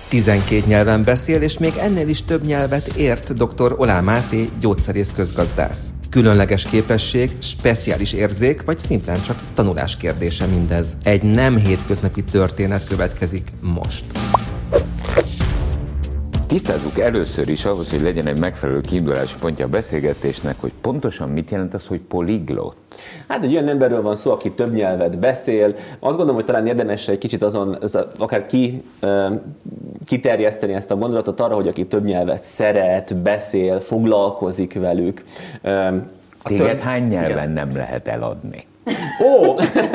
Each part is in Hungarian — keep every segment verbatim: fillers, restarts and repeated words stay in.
tizenkét nyelven beszél, és még ennél is több nyelvet ért dr. Oláh Máté, gyógyszerész közgazdász. Különleges képesség, speciális érzék, vagy szimplán csak tanulás kérdése mindez. Egy nem hétköznapi történet következik most. Tisztázzuk először is ahhoz, hogy legyen egy megfelelő kiindulási pontja a beszélgetésnek, hogy pontosan mit jelent az, hogy poliglott? Hát egy olyan emberről van szó, aki több nyelvet beszél. Azt gondolom, hogy talán érdemes egy kicsit azon, akár ki, kiterjeszteni ezt a gondolatot arra, hogy aki több nyelvet szeret, beszél, foglalkozik velük. Téged több... hány nyelven igen. nem lehet eladni? Ó!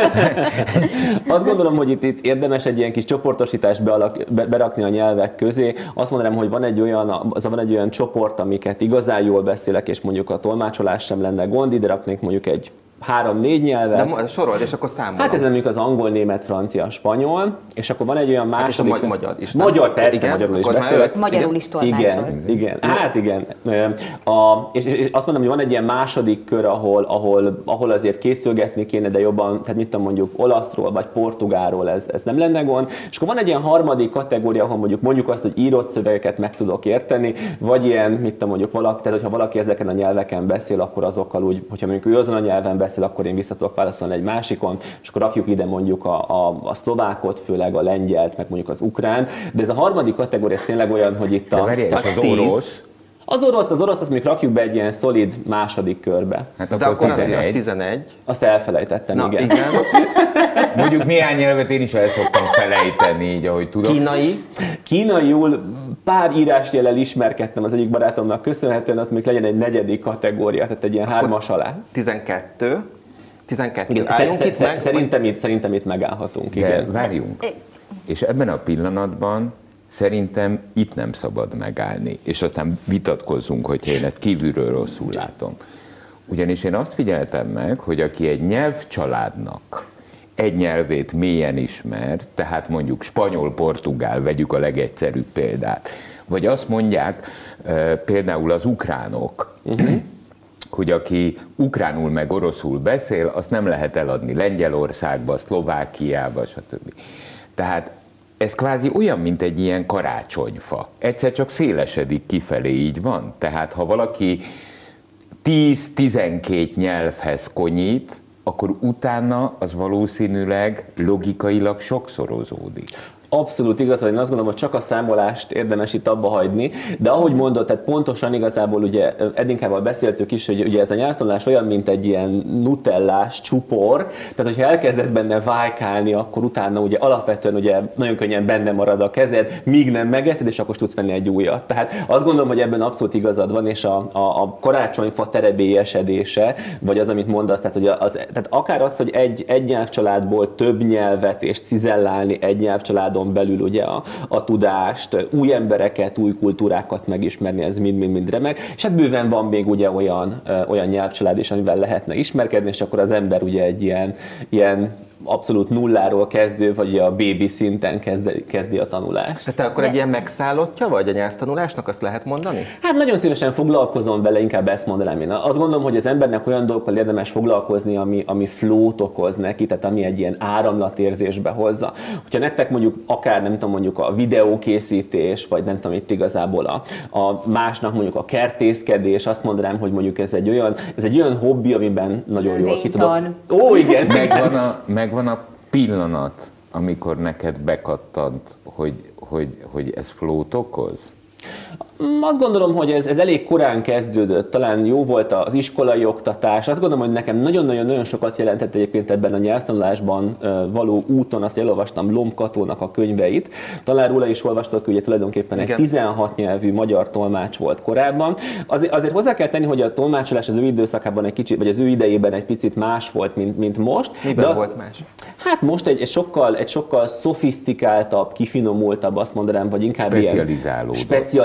Azt gondolom, hogy itt, itt érdemes egy ilyen kis csoportosítást bealak, be, berakni a nyelvek közé. Azt mondanám, hogy van egy, olyan, az van egy olyan csoport, amiket igazán jól beszélek, és mondjuk a tolmácsolás sem lenne gond, ide raknék mondjuk egy három-négy nyelvet. De sorold, és akkor számolom. Hát ez mondjuk az angol, német, francia, spanyol, és akkor van egy olyan második... Hát és a magyar is. Magyar, persze, igen, magyarul is beszélek. Magyarul is tolmácsol. Igen, igen, hát igen. A, és, és azt mondom, hogy van egy ilyen második kör, ahol, ahol, ahol azért készülgetni kéne, de jobban, tehát mit tudom, mondjuk olaszról vagy portugálról ez, ez nem lenne gond. És akkor van egy ilyen harmadik kategória, ahol mondjuk mondjuk azt, hogy írott szövegeket meg tudok érteni, vagy ilyen, mit tudom, mondjuk valaki, tehát hogyha valaki ezeken a nyelveken beszél, akkor azokkal úgy, hogyha mondjuk ő azon a nyelven beszél, akkor én vissza tudok válaszolni egy másikon, és akkor rakjuk ide mondjuk a, a, a szlovákot, főleg a lengyelt, meg mondjuk az ukrán, de ez a harmadik kategória ez tényleg olyan, hogy itt a... De várjál, az orosz? Az orosz, az orosz, azt mondjuk rakjuk be egy ilyen szolid második körbe. Hát de akkor, akkor az, az tizenegy. Azt elfelejtettem, na, igen. igen. Mondjuk néhány nyelvet én is el szoktam felejteni, így ahogy tudom. Kínai? Kínaiul pár írásjellel ismerkedtem az egyik barátomnak köszönhetően, az még legyen egy negyedik kategória, tehát egy ilyen akkor hármas alá. tizenkettő. tizenkettő. Igen, álljunk szer- itt szer- meg? Szerintem itt, szerintem itt megállhatunk. De igen. várjunk. És ebben a pillanatban szerintem itt nem szabad megállni, és aztán vitatkozzunk, hogyha én ezt kívülről rosszul látom. Ugyanis én azt figyeltem meg, hogy aki egy nyelvcsaládnak egy nyelvét mélyen ismer, tehát mondjuk spanyol, portugál, vegyük a legegyszerűbb példát, vagy azt mondják például az ukránok, uh-huh. hogy aki ukránul meg oroszul beszél, azt nem lehet eladni Lengyelországba, Szlovákiába, stb. Tehát ez kvázi olyan, mint egy ilyen karácsonyfa. Egyszer csak szélesedik kifelé, így van. Tehát ha valaki tíz-tizenkét nyelvhez konyít, akkor utána az valószínűleg logikailag sokszorozódik. Abszolút igaz, én azt gondolom, hogy csak a számolást érdemes itt abba hagyni, de ahogy mondod, tehát pontosan igazából ugye Edinkával beszéltük is, hogy ugye ez a nyelvtanulás olyan, mint egy ilyen nutellás csupor, tehát hogyha elkezdesz benne vájkálni, akkor utána ugye alapvetően ugye nagyon könnyen benne marad a kezed, míg nem megeszed, és akkor tudsz venni egy újat. Tehát azt gondolom, hogy ebben abszolút igazad van, és a, a, a karácsonyfa terebélyesedése, vagy az, amit mondasz, tehát, hogy az, tehát akár az, hogy egy, egy nyelvcsaládból több nyelvet és cizellálni egy nyelvcsaládon belül ugye a, a tudást, új embereket, új kultúrákat megismerni, ez mind-mind-mind remek, és hát bőven van még ugye olyan, olyan nyelvcsalád is, amivel lehetne ismerkedni, és akkor az ember ugye egy ilyen, ilyen abszolút nulláról kezdő, vagy a bébi szinten kezdi, kezdi a tanulást. Tehát te akkor De... egy ilyen megszállottja vagy a nyelvtanulásnak, azt lehet mondani? Hát nagyon szívesen foglalkozom vele, inkább ezt mondanám én. Azt gondolom, hogy az embernek olyan dolgokkal érdemes foglalkozni, ami, ami flow-t okoz neki, tehát ami egy ilyen áramlatérzésbe hozza. Hogyha nektek mondjuk akár nem tudom, mondjuk a videókészítés, vagy nem tudom, itt igazából a, a másnak mondjuk a kertészkedés, azt mondanám, hogy mondjuk ez egy olyan, ez egy olyan hobbi, amiben nagyon jól ki tudok. Ó, igen! Megvan a, megvan a pillanat, amikor neked bekattant, hogy, hogy, hogy ez flow-t okoz? Azt gondolom, hogy ez, ez elég korán kezdődött, talán jó volt az iskolai oktatás. Azt gondolom, hogy nekem nagyon-nagyon-nagyon sokat jelentett egyébként ebben a nyelvtanulásban való úton, azt elolvastam Lomb Katónak a könyveit. Talán róla is olvastok, ugye tulajdonképpen egy tizenhat nyelvű magyar tolmács volt korábban. Azért, azért hozzá kell tenni, hogy a tolmácsolás az ő időszakában egy kicsit, vagy az ő idejében egy picit más volt, mint, mint most. Miben az, volt más? Hát most egy, egy, sokkal, egy sokkal szofisztikáltabb, kifinomultabb, azt mondanám, vagy inkább specializálódott. Ilyen specializálódott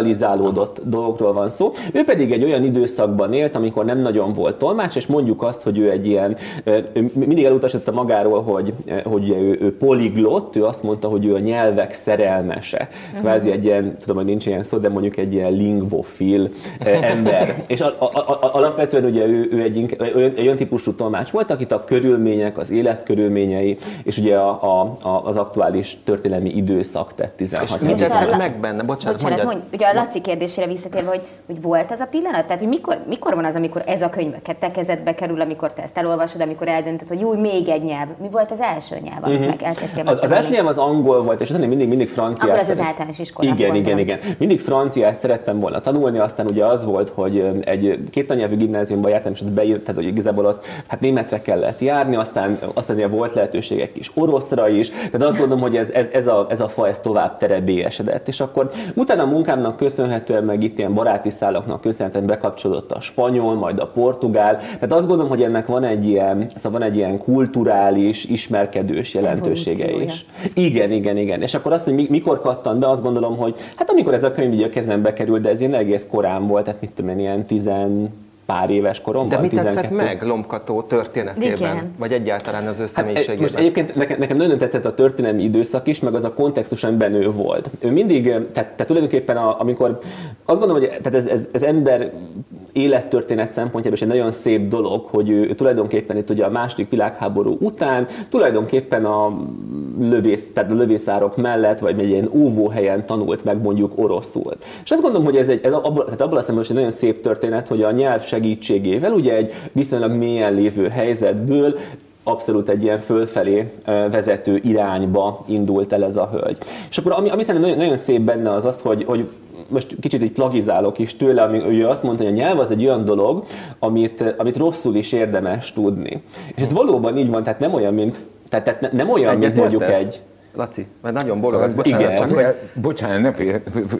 megoldódott dolgokról van szó. Ő pedig egy olyan időszakban élt, amikor nem nagyon volt tolmács, és mondjuk azt, hogy ő egy ilyen, ő mindig elutasította magáról, hogy, hogy ő, ő poliglott, ő azt mondta, hogy ő a nyelvek szerelmese. Uh-huh. Kvázi egy ilyen, tudom, hogy nincs ilyen szó, de mondjuk egy ilyen lingvofil ember. És a, a, a, alapvetően ugye ő, ő egy, egy olyan típusú tolmács volt, akit a körülmények, az életkörülményei, és ugye a, a, a, az aktuális történelmi időszak tett tizenhat. És mit tetszett meg benne? Bocsánat, Bocsánat mondj, ugye a Laci kérdésére visszatérve, hogy, hogy volt az a pillanat? Tehát, hogy mikor, mikor van az, amikor ez a könyv a te kezedbe kerül, amikor te ezt elolvasod, amikor eldöntöd, hogy jó, még egy nyelv. Mi volt az első nyelv, amit uh-huh. meg elkezdtél az, az első nyelv az angol volt, és utána mindig, mindig franciát. Akkor az az általános iskolában. Igen, igen, igen. Mindig franciát szerettem volna tanulni, aztán ugye az volt, hogy egy két tannyelvű gimnáziumban jártam, és ott beírt, tehát hogy igazából ott hát németre kellett járni, aztán, aztán ugye volt lehetőségek is oroszra is, tehát azt gondolom, hogy ez, ez, ez, a, ez a fa ez tovább terebélyesedett. És akkor utána a munkámnak köszönhetően, meg itt ilyen baráti szálaknak köszönhetően bekapcsolódott a spanyol, majd a portugál. Tehát azt gondolom, hogy ennek van egy ilyen, szóval van egy ilyen kulturális, ismerkedős jelentősége is. Igen, igen, igen. És akkor azt, hogy mikor kattant be, azt gondolom, hogy hát amikor ez a könyv így a kezembe került, de ez ilyen egész korán volt, tehát mit tudom én, ilyen tizen pár éves koromban. De mi tetszett tizenkettő meg Lombkató történetében? Igen. Vagy egyáltalán az ő személyiségében? Hát, most egyébként nekem, nekem nagyon tetszett a történelmi időszak is, meg az a kontextus, amiben ő volt. Ő mindig, tehát, tehát tulajdonképpen a, amikor azt gondolom, hogy tehát ez, ez, ez ember élettörténet szempontjából is egy nagyon szép dolog, hogy ő, ő tulajdonképpen itt ugye a második világháború után tulajdonképpen a lövész, tehát a lövészárok mellett, vagy egy ilyen óvóhelyen tanult meg mondjuk oroszul. És azt gondolom, hogy ez, egy, ez abból, tehát abból a szemben egy nagyon szép történet, hogy a nyelv segítségével ugye egy viszonylag mélyen lévő helyzetből abszolút egy ilyen fölfelé vezető irányba indult el ez a hölgy. És akkor ami, ami szerintem nagyon, nagyon szép benne az az, hogy, hogy most kicsit így plagizálok is tőle, ami ő azt mondta, hogy a nyelv az egy olyan dolog, amit, amit rosszul is érdemes tudni. És ez valóban így van, tehát nem olyan, mint, tehát, tehát nem olyan, Egyet mint mondjuk értesz? egy... Laci, mert nagyon bologatsz, bocsánat, igen, csak hogy... Bocsánat, nem fél,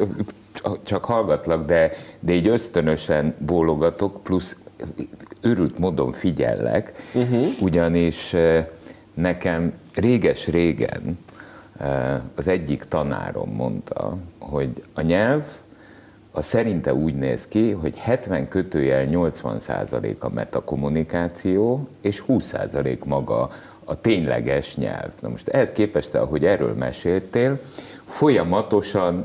csak hallgatlak, de, de így ösztönösen bólogatok, plusz őrült módon figyellek, uh-huh. ugyanis nekem réges-régen az egyik tanárom mondta, hogy a nyelv az szerinte úgy néz ki, hogy hetven kötőjel nyolcvan százalék a metakommunikáció, és húsz százalék maga a tényleges nyelv. Na most ehhez képest, ahogy erről meséltél, folyamatosan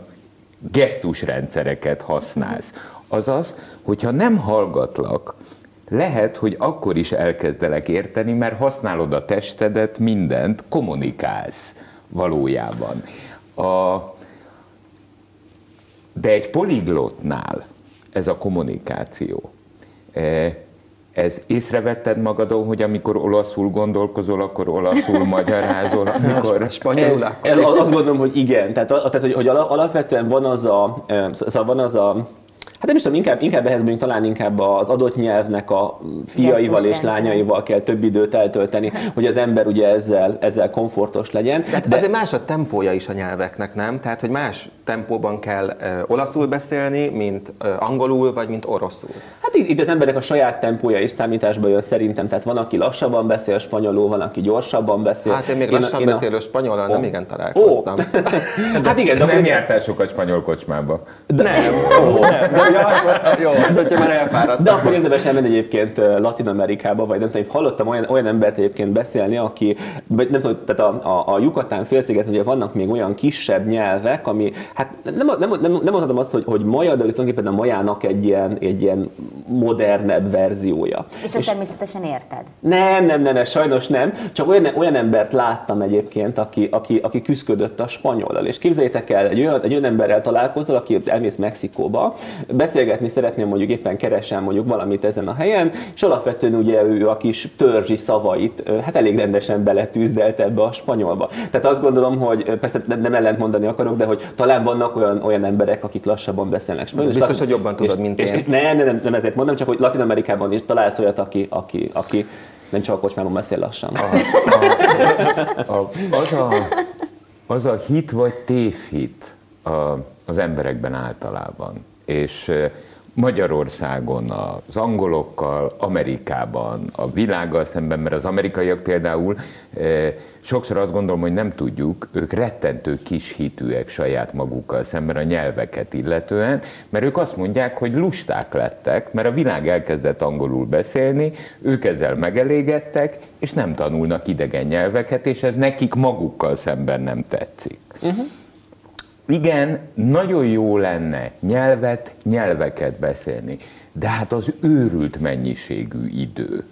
gesztusrendszereket használsz. Azaz, hogyha nem hallgatlak, lehet, hogy akkor is elkezdelek érteni, mert használod a testedet, mindent, kommunikálsz valójában. A, de egy poliglottnál ez a kommunikáció, ez észrevetted magadon, hogy amikor olaszul gondolkozol, akkor olaszul magyarázol, amikor... Spanyolul? Ez, ez, azt gondolom, hogy igen. Tehát, tehát hogy, hogy alapvetően van az a... Szóval van az a hát nem is tudom, inkább, inkább ehhez mondjuk talán inkább az adott nyelvnek a fiaival és lányaival kell több időt eltölteni, hogy az ember ugye ezzel, ezzel komfortos legyen. De, de azért más a tempója is a nyelveknek, nem? Tehát, hogy más tempóban kell uh, olaszul beszélni, mint uh, angolul, vagy mint oroszul. Hát itt, itt az emberek a saját tempója is számításba jön szerintem. Tehát van, aki lassabban beszél spanyolul, van, aki gyorsabban beszél. Hát én még lassan én a... beszélő spanyolal oh. nem igen találkoztam. Oh. Hát igen, de nem jártál sokat spanyol kocsmába. De... Nem. Oh. nem. Jó, hát hogyha már elfáradt. De akkor érdemes elmenni egyébként Latin Amerikába, vagy nem tudom, hallottam olyan, olyan embert egyébként beszélni, aki, nem tudom, tehát a, a, a Yucatán félsziget, ugye vannak még olyan kisebb nyelvek, ami, hát nem, nem, nem, nem mondhatom azt, hogy, hogy maja, de tulajdonképpen a majának egy ilyen, egy ilyen modernebb verziója. És ezt és természetesen érted? Nem, nem, nem, nem, sajnos nem. Csak olyan, olyan embert láttam egyébként, aki, aki, aki küszködött a spanyollal. És képzeljétek el, egy olyan, egy olyan emberrel találkozol, aki elmész Mexikóba, beszélgetni szeretném, mondjuk éppen keresem mondjuk valamit ezen a helyen, és alapvetően ugye ő a kis törzsi szavait hát elég rendesen beletűzdelt ebbe a spanyolba. Tehát azt gondolom, hogy persze nem ellent mondani akarok, de hogy talán vannak olyan, olyan emberek, akik lassabban beszélnek spanyolul. Biztos, hogy jobban tudod, és, mint és, én. Nem, nem, nem, nem ezért mondom, csak hogy Latin Amerikában is találsz olyat, aki, aki, aki nem csak a kocsmában beszél lassan. A, a, a, az, a, az a hit vagy tévhit a, az emberekben általában. És Magyarországon az angolokkal, Amerikában a világgal szemben, mert az amerikaiak például eh, sokszor azt gondolom, hogy nem tudjuk, ők rettentő kis hitűek saját magukkal szemben a nyelveket illetően, mert ők azt mondják, hogy lusták lettek, mert a világ elkezdett angolul beszélni, ők ezzel megelégedtek, és nem tanulnak idegen nyelveket, és ez nekik magukkal szemben nem tetszik. Uh-huh. Igen, nagyon jó lenne nyelvet, nyelveket beszélni, de hát az őrült mennyiségű idő.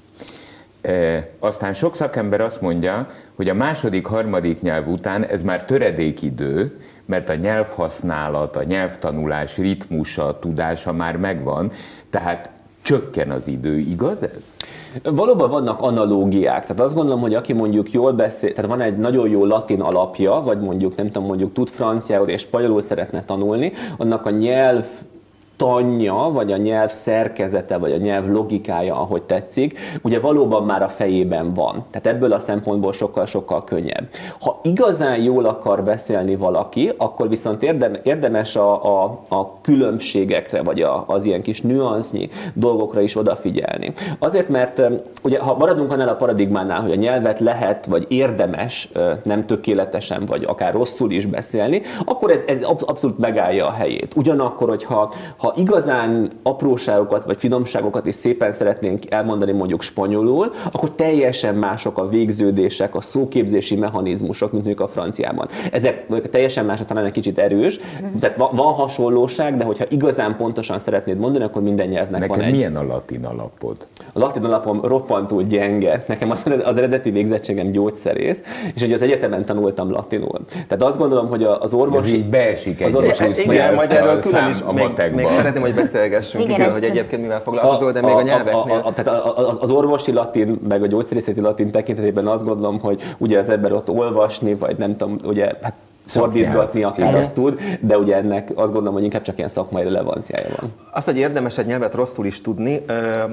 E, aztán sok szakember azt mondja, hogy a második, harmadik nyelv után ez már töredékidő, mert a nyelvhasználat, a nyelvtanulás ritmusa, tudása már megvan, tehát csökken az idő, igaz ez? Valóban vannak analógiák, tehát azt gondolom, hogy aki mondjuk jól beszél, tehát van egy nagyon jó latin alapja, vagy mondjuk nem tudom, mondjuk tud franciául és spanyolul szeretne tanulni, annak a nyelv tanja, vagy a nyelv szerkezete, vagy a nyelv logikája, ahogy tetszik, ugye valóban már a fejében van. Tehát ebből a szempontból sokkal-sokkal könnyebb. Ha igazán jól akar beszélni valaki, akkor viszont érdemes a, a, a különbségekre, vagy a, az ilyen kis nüansznyi dolgokra is odafigyelni. Azért, mert ugye, ha maradunk annál a paradigmánál, hogy a nyelvet lehet, vagy érdemes nem tökéletesen, vagy akár rosszul is beszélni, akkor ez, ez abszolút megállja a helyét. Ugyanakkor, hogyha Ha igazán apróságokat vagy finomságokat is szépen szeretnénk elmondani mondjuk spanyolul, akkor teljesen mások a végződések, a szóképzési mechanizmusok, mint mondjuk a franciában. Ezek teljesen más, aztán egy kicsit erős, tehát van hasonlóság, de hogyha igazán pontosan szeretnéd mondani, akkor minden nyelvnek Neked van egy... milyen a latin alapod? A latin alapom roppantul gyenge. Nekem az, az eredeti végzettségem gyógyszerész, és ugye az egyetemen tanultam latinul. Tehát azt gondolom, hogy az orvos... Ez így beesik egy Igen, majd erről külön is még, még szeretném, hogy beszélgessünk, igen, igen, hogy egyébként mivel foglalkozol, de még a, a nyelveknél. A, a, tehát az, az orvosi latin, meg a gyógyszerészeti latin tekintetében azt gondolom, hogy ugye az ember ott olvasni, vagy nem tudom, ugye, hát fordítgatni akár igen. azt tud, de ugye ennek azt gondolom, hogy inkább csak ilyen szakmai relevanciája van. Az, hogy érdemes egy nyelvet rosszul is tudni,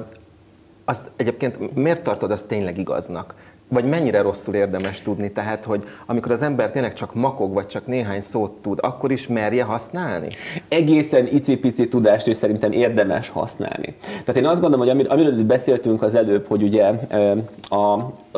azt egyébként miért tartod azt tényleg igaznak? Vagy mennyire rosszul érdemes tudni? Tehát, hogy amikor az ember tényleg csak makog, vagy csak néhány szót tud, akkor is merje használni? Egészen icipici tudást is szerintem érdemes használni. Tehát én azt gondolom, hogy amiről itt beszéltünk az előbb, hogy ugye a,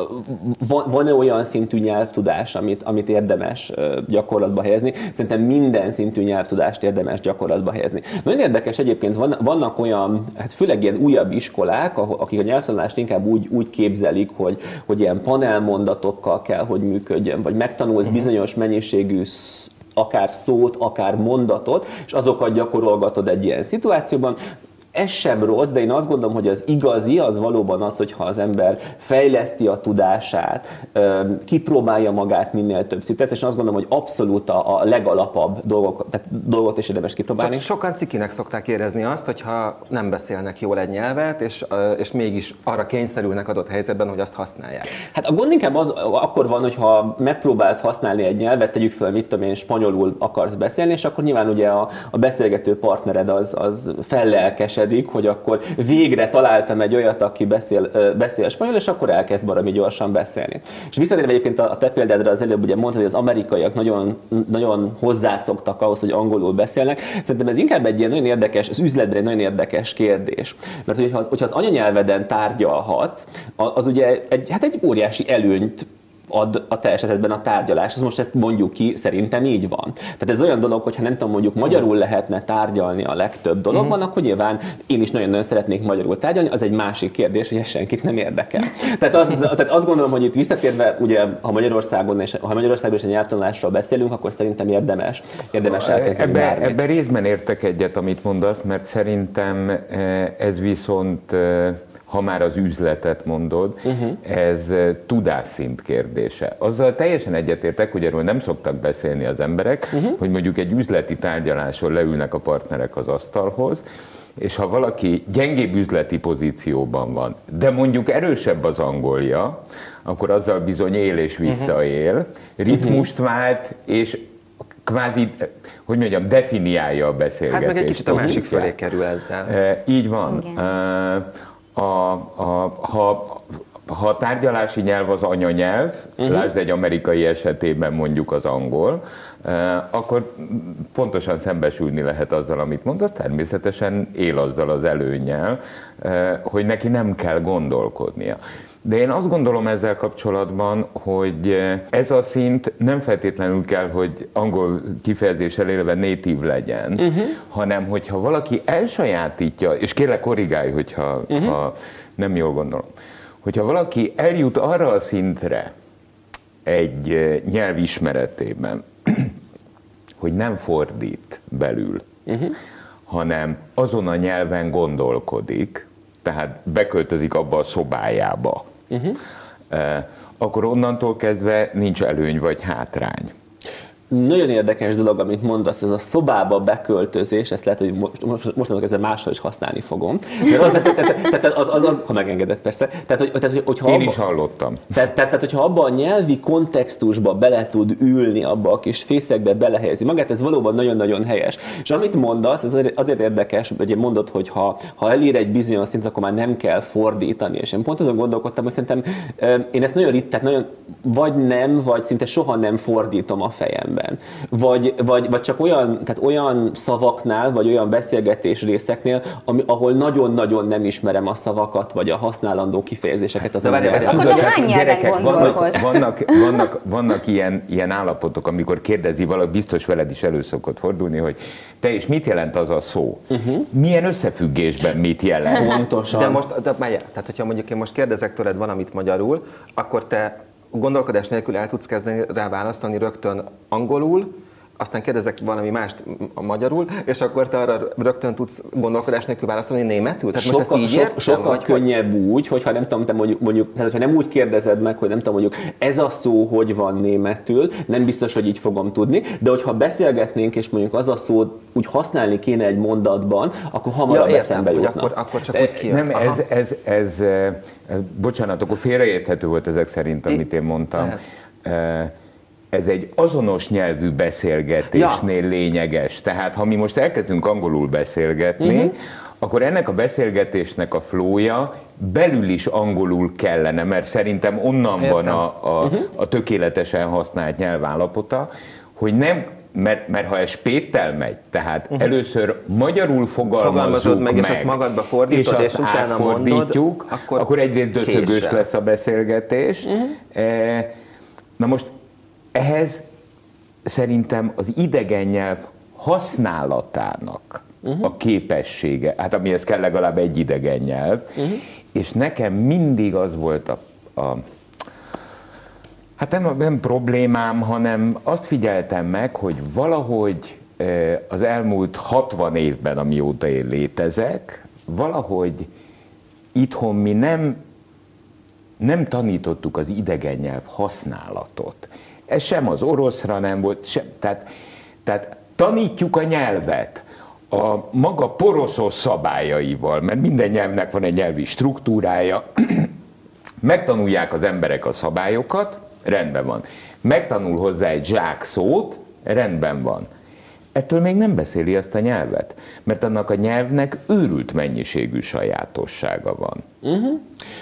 van-e olyan szintű nyelvtudás, amit, amit érdemes gyakorlatba helyezni? Szerintem minden szintű nyelvtudást érdemes gyakorlatba helyezni. Nagyon érdekes egyébként, vannak olyan, hát főleg ilyen újabb iskolák, akik a nyelvtanulást inkább úgy, úgy képzelik, hogy, hogy ilyen panelmondatokkal kell, hogy működjön, vagy megtanulsz bizonyos mennyiségű akár szót, akár mondatot, és azokat gyakorolgatod egy ilyen szituációban. Ez sem rossz, de én azt gondolom, hogy az igazi az valóban az, hogyha az ember fejleszti a tudását, kipróbálja magát minél többször. És azt gondolom, hogy abszolút a legalapabb dolgok, tehát dolgot is érdemes kipróbálni. Csak sokan cikinek szokták érezni azt, hogyha nem beszélnek jól egy nyelvet, és, és mégis arra kényszerülnek adott helyzetben, hogy azt használják. Hát a gond inkább az, akkor van, hogyha megpróbálsz használni egy nyelvet, tegyük fel, mit tudom én, spanyolul akarsz beszélni, és akkor nyilván ugye a, a beszélgető partnered az, az fellelkesedik, hogy akkor végre találtam egy olyat, aki beszél, beszél spanyol, és akkor elkezd valami gyorsan beszélni. És visszatérve egyébként a te példádra az előbb ugye mondtad, hogy az amerikaiak nagyon, nagyon hozzászoktak ahhoz, hogy angolul beszélnek. Szerintem ez inkább egy ilyen nagyon érdekes, az üzletben egy nagyon érdekes kérdés. Mert hogyha az, hogyha az anyanyelveden tárgyalhatsz, az ugye egy, hát egy óriási előnyt ad a te esetedben a tárgyalás. Most ezt mondjuk ki, szerintem így van. Tehát ez olyan dolog, hogyha nem tudom, mondjuk magyarul lehetne tárgyalni a legtöbb dologban, uh-huh. akkor nyilván én is nagyon-nagyon szeretnék magyarul tárgyalni, az egy másik kérdés, hogy ez senkit nem érdekel. Tehát, az, tehát azt gondolom, hogy itt visszatérve, ugye, ha Magyarországon és, ha Magyarországon és a nyelvtanulásról beszélünk, akkor szerintem érdemes, érdemes elkezdeni bármit. Ebben ebbe részben értek egyet, amit mondasz, mert szerintem ez viszont ha már az üzletet mondod, uh-huh. ez tudásszint kérdése. Azzal teljesen egyetértek, hogy erről nem szoktak beszélni az emberek, uh-huh. hogy mondjuk egy üzleti tárgyaláson leülnek a partnerek az asztalhoz, és ha valaki gyengébb üzleti pozícióban van, de mondjuk erősebb az angolja, akkor azzal bizony él és visszaél, ritmust vált, és kvázi, hogy mondjam, definiálja a beszélgetést. Hát meg egy kicsit a másik fölé kerül ezzel. E, így van. E, a, a, ha ha a tárgyalási nyelv az anyanyelv, uh-huh. lásd egy amerikai esetében mondjuk az angol, akkor pontosan szembesülni lehet azzal, amit mondasz, természetesen él azzal az előnnyel, hogy neki nem kell gondolkodnia. De én azt gondolom ezzel kapcsolatban, hogy ez a szint nem feltétlenül kell, hogy angol kifejezéssel élve native legyen, uh-huh. hanem hogyha valaki elsajátítja, és kérlek korrigálj, hogyha uh-huh. ha nem jól gondolom, hogyha valaki eljut arra a szintre egy nyelv ismeretében, hogy nem fordít belül, uh-huh. hanem azon a nyelven gondolkodik, tehát beköltözik abba a szobájába, uh-huh. eh, akkor onnantól kezdve nincs előny vagy hátrány. Nagyon érdekes dolog, amit mondasz, ez a szobába beköltözés, ezt lehet, hogy most, most, most ezzel máshol is használni fogom. De az, tehát, tehát az, az, az, ha megengedett persze. Tehát, hogy, tehát, hogyha Én abba, is hallottam. Tehát, tehát, hogyha abba a nyelvi kontextusba bele tud ülni, abba a kis fészekbe belehelyezi magát, ez valóban nagyon-nagyon helyes. És amit mondasz, ez azért érdekes, hogy mondod, hogy ha, ha elér egy bizonyos szint, akkor már nem kell fordítani. És én pont azon gondolkodtam, hogy szerintem én ezt nagyon ritkán, nagyon vagy nem, vagy szinte soha nem fordítom a fejemben. Vagy, vagy, vagy csak olyan, tehát olyan szavaknál, vagy olyan beszélgetés részeknél, ami, ahol nagyon-nagyon nem ismerem a szavakat, vagy a használandó kifejezéseket az emberek. Akkor te hány nyelven gondolkodsz? Vannak, vannak, vannak ilyen, ilyen állapotok, amikor kérdezi valaki, biztos veled is elő szokott fordulni, hogy te és mit jelent az a szó? Uh-huh. Milyen összefüggésben mit jelent? Pontosan. De most, de, tehát hogyha mondjuk én most kérdezek tőled valamit magyarul, akkor te gondolkodás nélkül el tudsz kezdeni rá választani rögtön angolul, aztán kérdezek valami mást a magyarul, és akkor te arra rögtön tudsz gondolkodás nélkül válaszolni németül? Tehát sokkal, most ezt így so, értem, sokkal vagy könnyebb hogy... úgy, hogyha nem tudom, te mondjuk, mondjuk, tehát hogyha nem úgy kérdezed meg, hogy nem tudom, mondjuk ez a szó hogy van németül, nem biztos, hogy így fogom tudni, de hogyha beszélgetnénk, és mondjuk az a szó úgy használni kéne egy mondatban, akkor hamarabb ja, eszembe jutna. Akkor, akkor csak úgy kijön. Nem, ez, ez, ez, ez, bocsánat, akkor félreérthető volt ezek szerint, amit én mondtam. Lehet. Ez egy azonos nyelvű beszélgetésnél ja. lényeges. Tehát ha mi most elkezdünk angolul beszélgetni, uh-huh. akkor ennek a beszélgetésnek a flója belül is angolul kellene, mert szerintem onnan Értem. van a, a, uh-huh. a tökéletesen használt nyelvállapota, hogy nem, mert, mert ha ez spéttel megy, tehát uh-huh. először magyarul fogalmazzuk meg, meg, és azt magadba fordítod, és, és utána átfordítjuk, mondod, akkor, akkor egyrészt döcögős lesz a beszélgetés. Uh-huh. Na most ehhez szerintem az idegen nyelv használatának uh-huh. a képessége, hát amihez kell legalább egy idegen nyelv, uh-huh. és nekem mindig az volt a, a hát nem, nem problémám, hanem azt figyeltem meg, hogy valahogy az elmúlt hatvan évben, amióta én létezek, valahogy itthon mi nem, nem tanítottuk az idegen nyelv használatot. Ez sem az oroszra nem volt, sem, tehát, tehát tanítjuk a nyelvet a maga poroszos szabályaival, mert minden nyelvnek van egy nyelvi struktúrája, megtanulják az emberek a szabályokat, rendben van. Megtanul hozzá egy zsák szót, rendben van. Ettől még nem beszéli azt a nyelvet, mert annak a nyelvnek őrült mennyiségű sajátossága van. Uh-huh.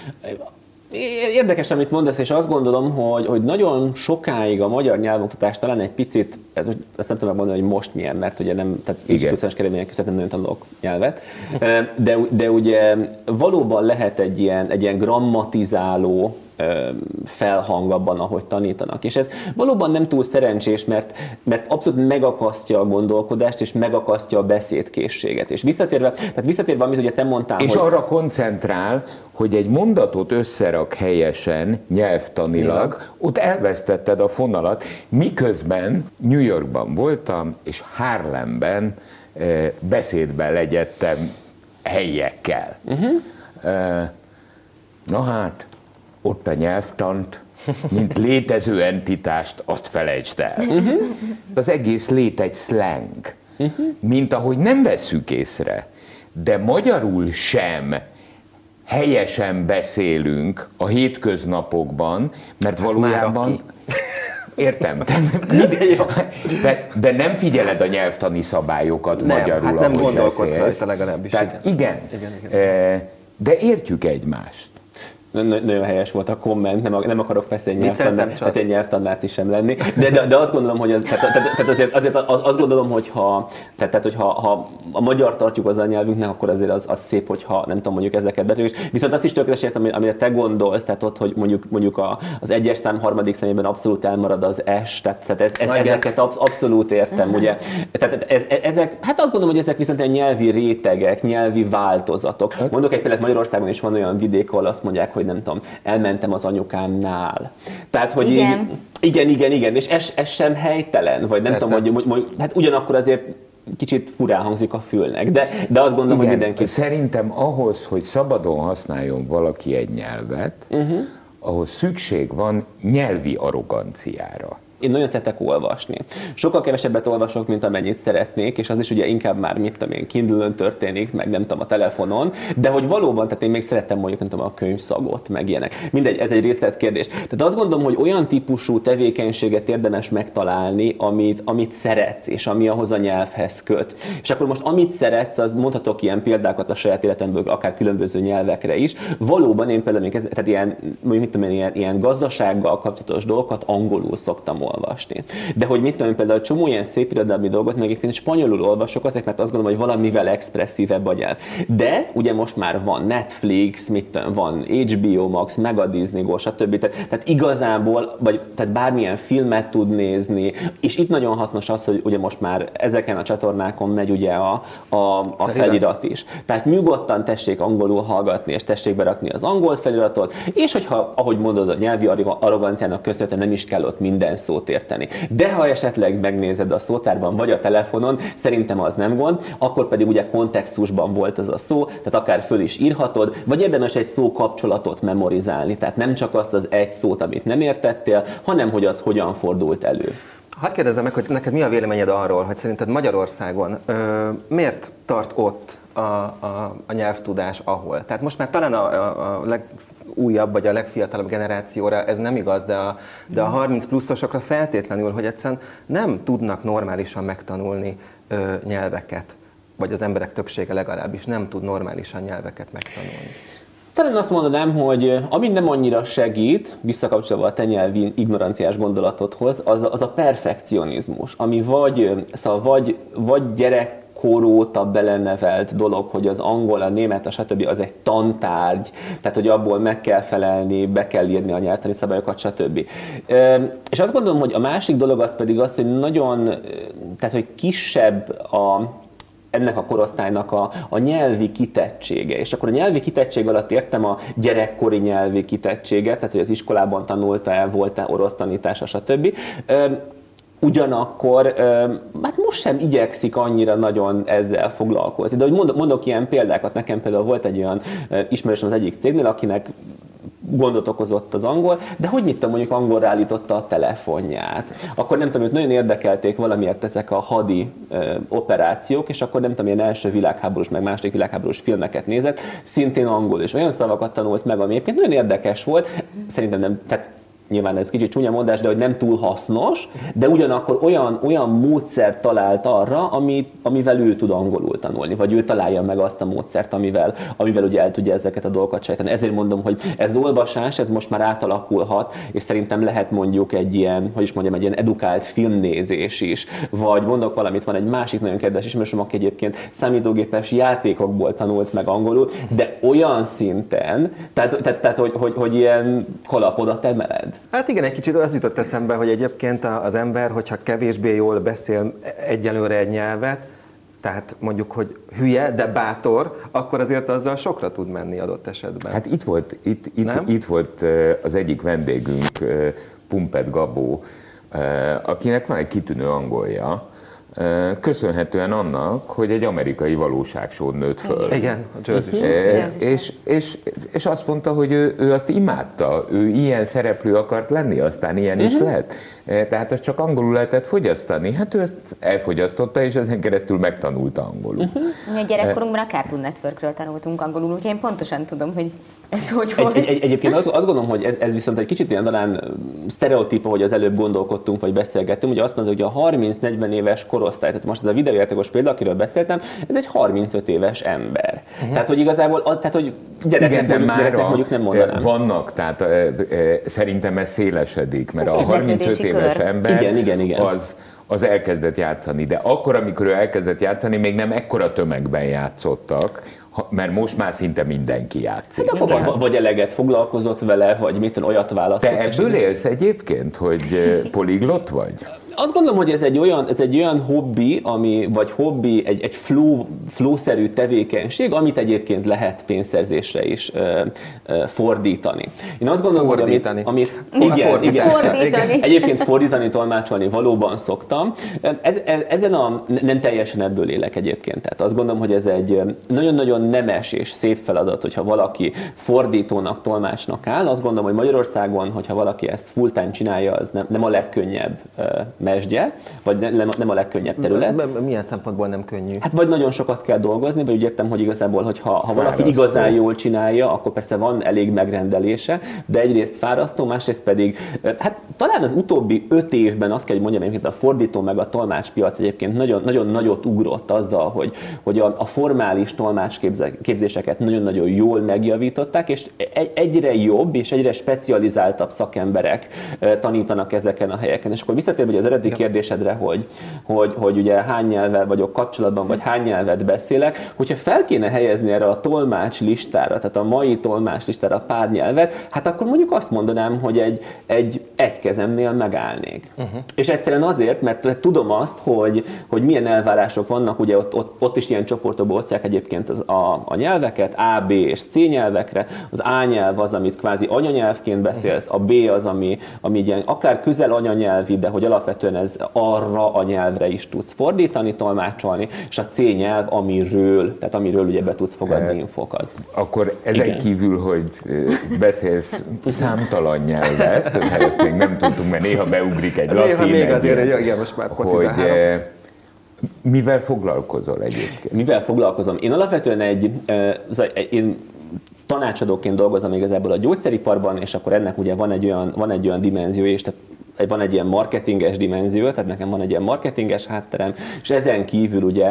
Érdekes, amit mondasz, és azt gondolom, hogy, hogy nagyon sokáig a magyar nyelvoktatás talán egy picit, ezt nem tudom megmondani, hogy most milyen, mert ugye nem, tehát institucionális keredmények között nem nagyon tanulok nyelvet, de, de ugye valóban lehet egy ilyen, egy ilyen grammatizáló felhang abban, ahogy tanítanak. És ez valóban nem túl szerencsés, mert, mert abszolút megakasztja a gondolkodást, és megakasztja a beszédkészséget. És visszatérve, tehát visszatérve, amit ugye te mondtál, és hogy... arra koncentrál, hogy egy mondatot összerak helyesen, nyelvtanilag, Nyilván. ott elvesztetted a fonalat, miközben New Yorkban voltam, és Harlemben eh, beszédben legyettem helyiekkel. Uh-huh. Eh, na hát, ott a nyelvtant, mint létező entitást, azt felejtsd el. Uh-huh. Az egész lét egy slang, uh-huh. mint ahogy nem vesszük észre, de magyarul sem helyesen beszélünk a hétköznapokban, mert hát valójában... Értem, de, de nem figyeled a nyelvtani szabályokat nem, magyarul, hát nem gondolkodsz rajta legalábbis. Tehát igen, igen, igen, igen, de értjük egymást. Nagyon helyes volt a komment, nem, nem akarok persze egy nyelvtannáci, hát egy nyelvtannáci sem lenni, de, de, de azt gondolom, hogy az, tehát, tehát azért, azért az, azt gondolom, hogy ha, tehát, tehát, hogy ha, ha a magyar tartjuk az anyanyelvünknek, akkor azért az, az szép, hogyha nem tudom, mondjuk ezeket betűs. Viszont azt is tökéletes értem, amire te gondolsz, tehát ott, hogy mondjuk, mondjuk a, az egyes szám harmadik szemében abszolút elmarad az S, tehát, tehát ez, ez, ezeket absz, abszolút értem, uh-huh. ugye. Tehát ez, ezek, hát azt gondolom, hogy ezek viszont egy nyelvi rétegek, nyelvi változatok. Mondok egy példát, Magyarországon is van olyan vidék, ahol azt mondják, hogy nem tudom, elmentem az anyukámnál. Tehát, hogy igen. Így, igen, igen, igen, és ez, ez sem helytelen, vagy nem Persze. tudom, hogy, hogy hát ugyanakkor azért kicsit furán hangzik a fülnek, de, de azt gondolom, igen, hogy mindenki... Szerintem ahhoz, hogy szabadon használjon valaki egy nyelvet, uh-huh. ahhoz szükség van nyelvi arroganciára. Én nagyon szeretek olvasni. Sokkal kevesebbet olvasok, mint amennyit szeretnék, és az is ugye inkább már, mit tudom én, Kindle-ön történik, meg nem tudom, a telefonon, de hogy valóban, tehát én még szeretem mondjuk, nem tudom, a könyvszagot, meg ilyenek. Mindegy, ez egy részletkérdés. Tehát azt gondolom, hogy olyan típusú tevékenységet érdemes megtalálni, amit, amit szeretsz, és ami ahhoz a nyelvhez köt. És akkor most amit szeretsz, az mondhatok ilyen példákat a saját életemből, akár különböző nyelvekre is. Valóban én például, tehát ilyen, mit tudom én, ilyen, ilyen gazdasággal kapcsolatos dolgokat angolul szoktam olvasni. De hogy mit tudom, például csomó ilyen szép irodalmi dolgot meg egyébként spanyolul olvasok, azért, mert azt gondolom, hogy valamivel expresszívebb a nyelv. De ugye most már van Netflix, mit tudom, van há bé o Max, meg a Disney Go, stb. Tehát, tehát igazából, vagy tehát bármilyen filmet tud nézni, és itt nagyon hasznos az, hogy ugye most már ezeken a csatornákon megy ugye a, a, a felirat is. Tehát nyugodtan tessék angolul hallgatni, és tessék berakni az angol feliratot, és hogyha, ahogy mondod, a nyelvi arroganciának köszönhetően nem is kell ott minden szót érteni. De ha esetleg megnézed a szótárban vagy a telefonon, szerintem az nem gond, akkor pedig ugye kontextusban volt az a szó, tehát akár föl is írhatod, vagy érdemes egy szó kapcsolatot memorizálni, tehát nem csak azt az egy szót, amit nem értettél, hanem hogy az hogyan fordult elő. Hadd kérdezzem meg, hogy neked mi a véleményed arról, hogy szerinted Magyarországon ö, miért tart ott a, a, a nyelvtudás ahol? Tehát most már talán a, a, a legújabb vagy a legfiatalabb generációra ez nem igaz, de a, de a harminc pluszosokra feltétlenül, hogy egyszerűen nem tudnak normálisan megtanulni ö, nyelveket, vagy az emberek többsége legalábbis nem tud normálisan nyelveket megtanulni. Talán azt mondanám, hogy ami nem annyira segít, visszakapcsolva a te nyelvi ignoranciás gondolatodhoz, az, az a perfekcionizmus, ami vagy, szóval vagy, vagy gyerek koróta belenevelt dolog, hogy az angol, a német, a stb. Az egy tantárgy, tehát hogy abból meg kell felelni, be kell írni a nyelvtani szabályokat, stb. És azt gondolom, hogy a másik dolog az pedig az, hogy nagyon, tehát hogy kisebb a ennek a korosztálynak a, a nyelvi kitettsége. És akkor a nyelvi kitettség alatt értem a gyerekkori nyelvi kitettséget, tehát hogy az iskolában tanulta-e, volt-e orosz tanítása, stb. Ugyanakkor, hát most sem igyekszik annyira nagyon ezzel foglalkozni. De hogy mondok, mondok ilyen példákat, nekem például volt egy olyan ismerősöm az egyik cégnél, akinek gondot okozott az angol, de hogy mit tudom, mondjuk angolra állította a telefonját. Akkor nem tudom, hogy nagyon érdekelték valamiért ezek a hadi ö, operációk, és akkor nem tudom, ilyen első világháborús, meg második világháborús filmeket nézett, szintén angol, és olyan szavakat tanult meg, ami egyébként nagyon érdekes volt, szerintem nem, tehát nyilván ez kicsit csúnya mondás, de hogy nem túl hasznos, de ugyanakkor olyan, olyan módszert talált arra, amit, amivel ő tud angolul tanulni, vagy ő találja meg azt a módszert, amivel, amivel ugye el tudja ezeket a dolgokat sejteni. Ezért mondom, hogy ez olvasás, ez most már átalakulhat, és szerintem lehet mondjuk egy ilyen, hogy is mondjam, egy ilyen edukált filmnézés is, vagy mondok valamit, van egy másik nagyon kedves ismerősöm, aki egyébként számítógépes játékokból tanult meg angolul, de olyan szinten, tehát, tehát, tehát hogy, hogy, hogy ilyen kalapodat emeled. Hát igen, egy kicsit az jutott eszembe, hogy egyébként az ember, hogyha kevésbé jól beszél egyelőre egy nyelvet, tehát mondjuk, hogy hülye, de bátor, akkor azért azzal sokra tud menni adott esetben. Hát itt volt, itt, itt, itt volt az egyik vendégünk, Pumpet Gabó, akinek van egy kitűnő angolja, köszönhetően annak, hogy egy amerikai valóságsón nőtt föl. Igen, a Jersey Shore. E, és, és, és azt mondta, hogy ő, ő azt imádta, ő ilyen szereplő akart lenni, aztán ilyen uh-huh. is lett. E, tehát azt csak angolul lehetett fogyasztani. Hát ő ezt elfogyasztotta, és ezen keresztül megtanulta angolul. Uh-huh. Mi a gyerekkorunkban a Cartoon Networkről tanultunk angolul, úgyhogy én pontosan tudom, hogy Ez hogy volt? Egy, egy, egyébként azt, azt gondolom, hogy ez, ez viszont egy kicsit ilyen talán sztereotípa, hogy az előbb gondolkodtunk, vagy beszélgettünk. Ugye azt mondod, hogy a harminc-negyven éves korosztály, tehát most ez a videójátékos példa, akiről beszéltem, ez egy harmincöt éves ember. Uh-huh. Tehát, hogy igazából, tehát, hogy gyereknek, igen, mondjuk, gyereknek mondjuk nem mondanám. Vannak, tehát e, e, szerintem ez szélesedik, mert ez a harmincöt éves ember igen, igen, igen. az az elkezdett játszani, de akkor, amikor ő elkezdett játszani, még nem ekkora tömegben játszottak, mert most már szinte mindenki játszik. Hát akkor vagy eleget foglalkozott vele, vagy mit olyat választott. Te ebből élsz egyébként, hogy poliglott vagy? Azt gondolom, hogy ez egy olyan, ez egy olyan hobbi, ami, vagy hobbi, egy, egy flow, flow-szerű tevékenység, amit egyébként lehet pénzszerzésre is ö, ö, fordítani. Én azt gondolom, fordítani. hogy amit, amit igen, igen, fordítani. Egyébként fordítani, tolmácsolni valóban szoktam. Ez, ez, ezen a, nem teljesen ebből élek egyébként. Tehát azt gondolom, hogy ez egy nagyon-nagyon nemes és szép feladat, hogyha valaki fordítónak, tolmácsnak áll. Azt gondolom, hogy Magyarországon, hogyha valaki ezt full-time csinálja, az nem, nem a legkönnyebb mesdje, vagy nem, nem a legkönnyebb terület. Milyen szempontból nem könnyű? Hát vagy nagyon sokat kell dolgozni, vagy úgy értem, hogy igazából, hogy ha, ha valaki igazán jól csinálja, akkor persze van elég megrendelése, de egyrészt fárasztó, másrészt pedig, hát talán az utóbbi öt évben azt kell, hogy mondjam, egyébként a fordító meg a tolmácspiac egyébként nagyon, nagyon nagyot ugrott azzal, hogy, hogy a, a formális tolmácsképzéseket nagyon-nagyon jól megjavították, és egy, egyre jobb és egyre specializáltabb szakemberek tanítanak ezeken a helyeken. És akkor visszatérve, hogy az eredeti kérdésedre, hogy, hogy, hogy ugye hány nyelvvel vagyok kapcsolatban, vagy hány nyelvet beszélek, hogyha fel kéne helyezni erre a tolmács listára, tehát a mai tolmács listára pár nyelvet, hát akkor mondjuk azt mondanám, hogy egy, egy egykezemnél megállnék. Uh-huh. És egyszerűen azért, mert tudom azt, hogy, hogy milyen elvárások vannak, ugye ott, ott, ott is ilyen csoportokba osztják egyébként az, a, a nyelveket, A, B és C nyelvekre, az A nyelv az, amit kvázi anyanyelvként beszélsz, a B az, ami, ami ilyen akár közel anyanyelvi, de hogy alapvetően ez arra a nyelvre is tudsz fordítani, tolmácsolni, és a C nyelv, amiről, tehát amiről ugye be tudsz fogadni infokat. Akkor ezen igen. kívül, hogy beszélsz számtalan nyelvet, ezt még nem tudtunk, mert néha beugrik egy latin. Néha még azért, egy, igen, most már hogy mivel foglalkozol egyébként? Mivel foglalkozom? Én alapvetően egy, én tanácsadóként dolgozom igazából a gyógyszeriparban, és akkor ennek ugye van egy olyan, van egy olyan dimenzió, és tehát van egy ilyen marketinges dimenzió, tehát nekem van egy ilyen marketinges hátterem, és ezen kívül ugye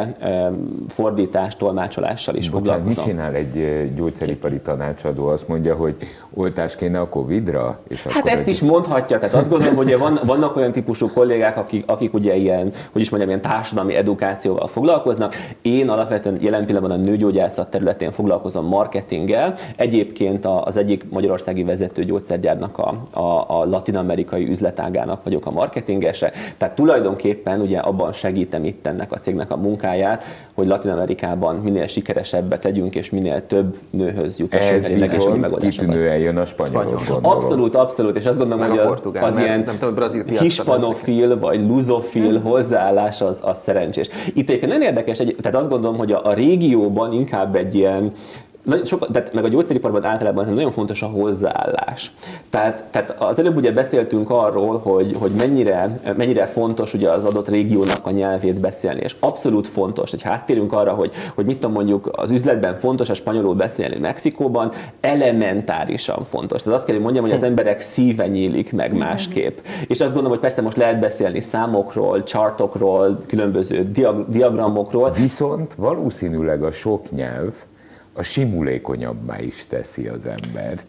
fordítás, tolmácsolással is Bocsánat, foglalkozom. Mit csinál egy gyógyszeripari tanácsadó? Azt mondja, hogy oltás kéne a Covidra? És hát ezt is mondhatja, tehát azt gondolom, hogy van, vannak olyan típusú kollégák, akik, akik ugye ilyen, hogy is mondjam, ilyen társadalmi edukációval foglalkoznak. Én alapvetően jelen pillanatban a nőgyógyászat területén foglalkozom marketinggel. Egyébként az egyik magyarországi vezető gyógyszergyárnak a, a, a latin-amerikai üzletágának vagyok a marketingese. Tehát tulajdonképpen ugye abban segítem itt ennek a cégnek a munkáját, hogy Latin-Amerikában minél sikeresebbek legyünk, és minél több nőhöz jutassunk el egészségügyi megoldásokat. Jön a spanyolok, abszolút, abszolút, és azt gondolom, meg hogy az nem, ilyen nem hispanofil vagy luzofil hmm. hozzáállás az, az szerencsés. Itt egyébként nagyon érdekes, tehát azt gondolom, hogy a, a régióban inkább egy ilyen Sok, tehát meg a gyógyszeriparban általában nagyon fontos a hozzáállás. Tehát, tehát az előbb ugye beszéltünk arról, hogy, hogy mennyire, mennyire fontos ugye az adott régiónak a nyelvét beszélni, és abszolút fontos, hogy áttérünk arra, hogy, hogy mit tudom mondjuk az üzletben fontos a spanyolul beszélni Mexikóban, elementárisan fontos. Tehát azt kell, hogy mondjam, hogy az emberek szíve nyílik meg másképp. És azt gondolom, hogy persze most lehet beszélni számokról, chartokról, különböző diag- diagramokról. Viszont valószínűleg a sok nyelv a simulékonyabbá is teszi az embert.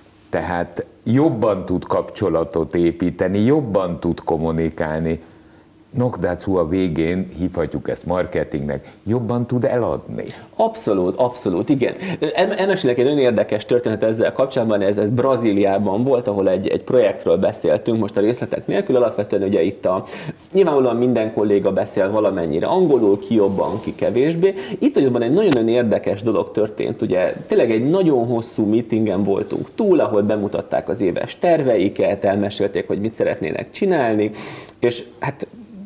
Tehát jobban tud kapcsolatot építeni, jobban tud kommunikálni. Nokdácú a végén, hívhatjuk ezt marketingnek, jobban tud eladni. Abszolút, abszolút, igen. Elmesélek egy nagyon érdekes történet ezzel kapcsolatban, ez, ez Brazíliában volt, ahol egy, egy projektről beszéltünk, most a részletek nélkül, alapvetően ugye itt a, nyilvánvalóan minden kolléga beszél valamennyire angolul, ki jobban, ki kevésbé. Itt azonban egy nagyon-nagyon érdekes dolog történt, ugye tényleg egy nagyon hosszú meetingen voltunk túl, ahol bemutatták az éves terveiket, elmesélték, hogy mit szeretnének csinálni, és hát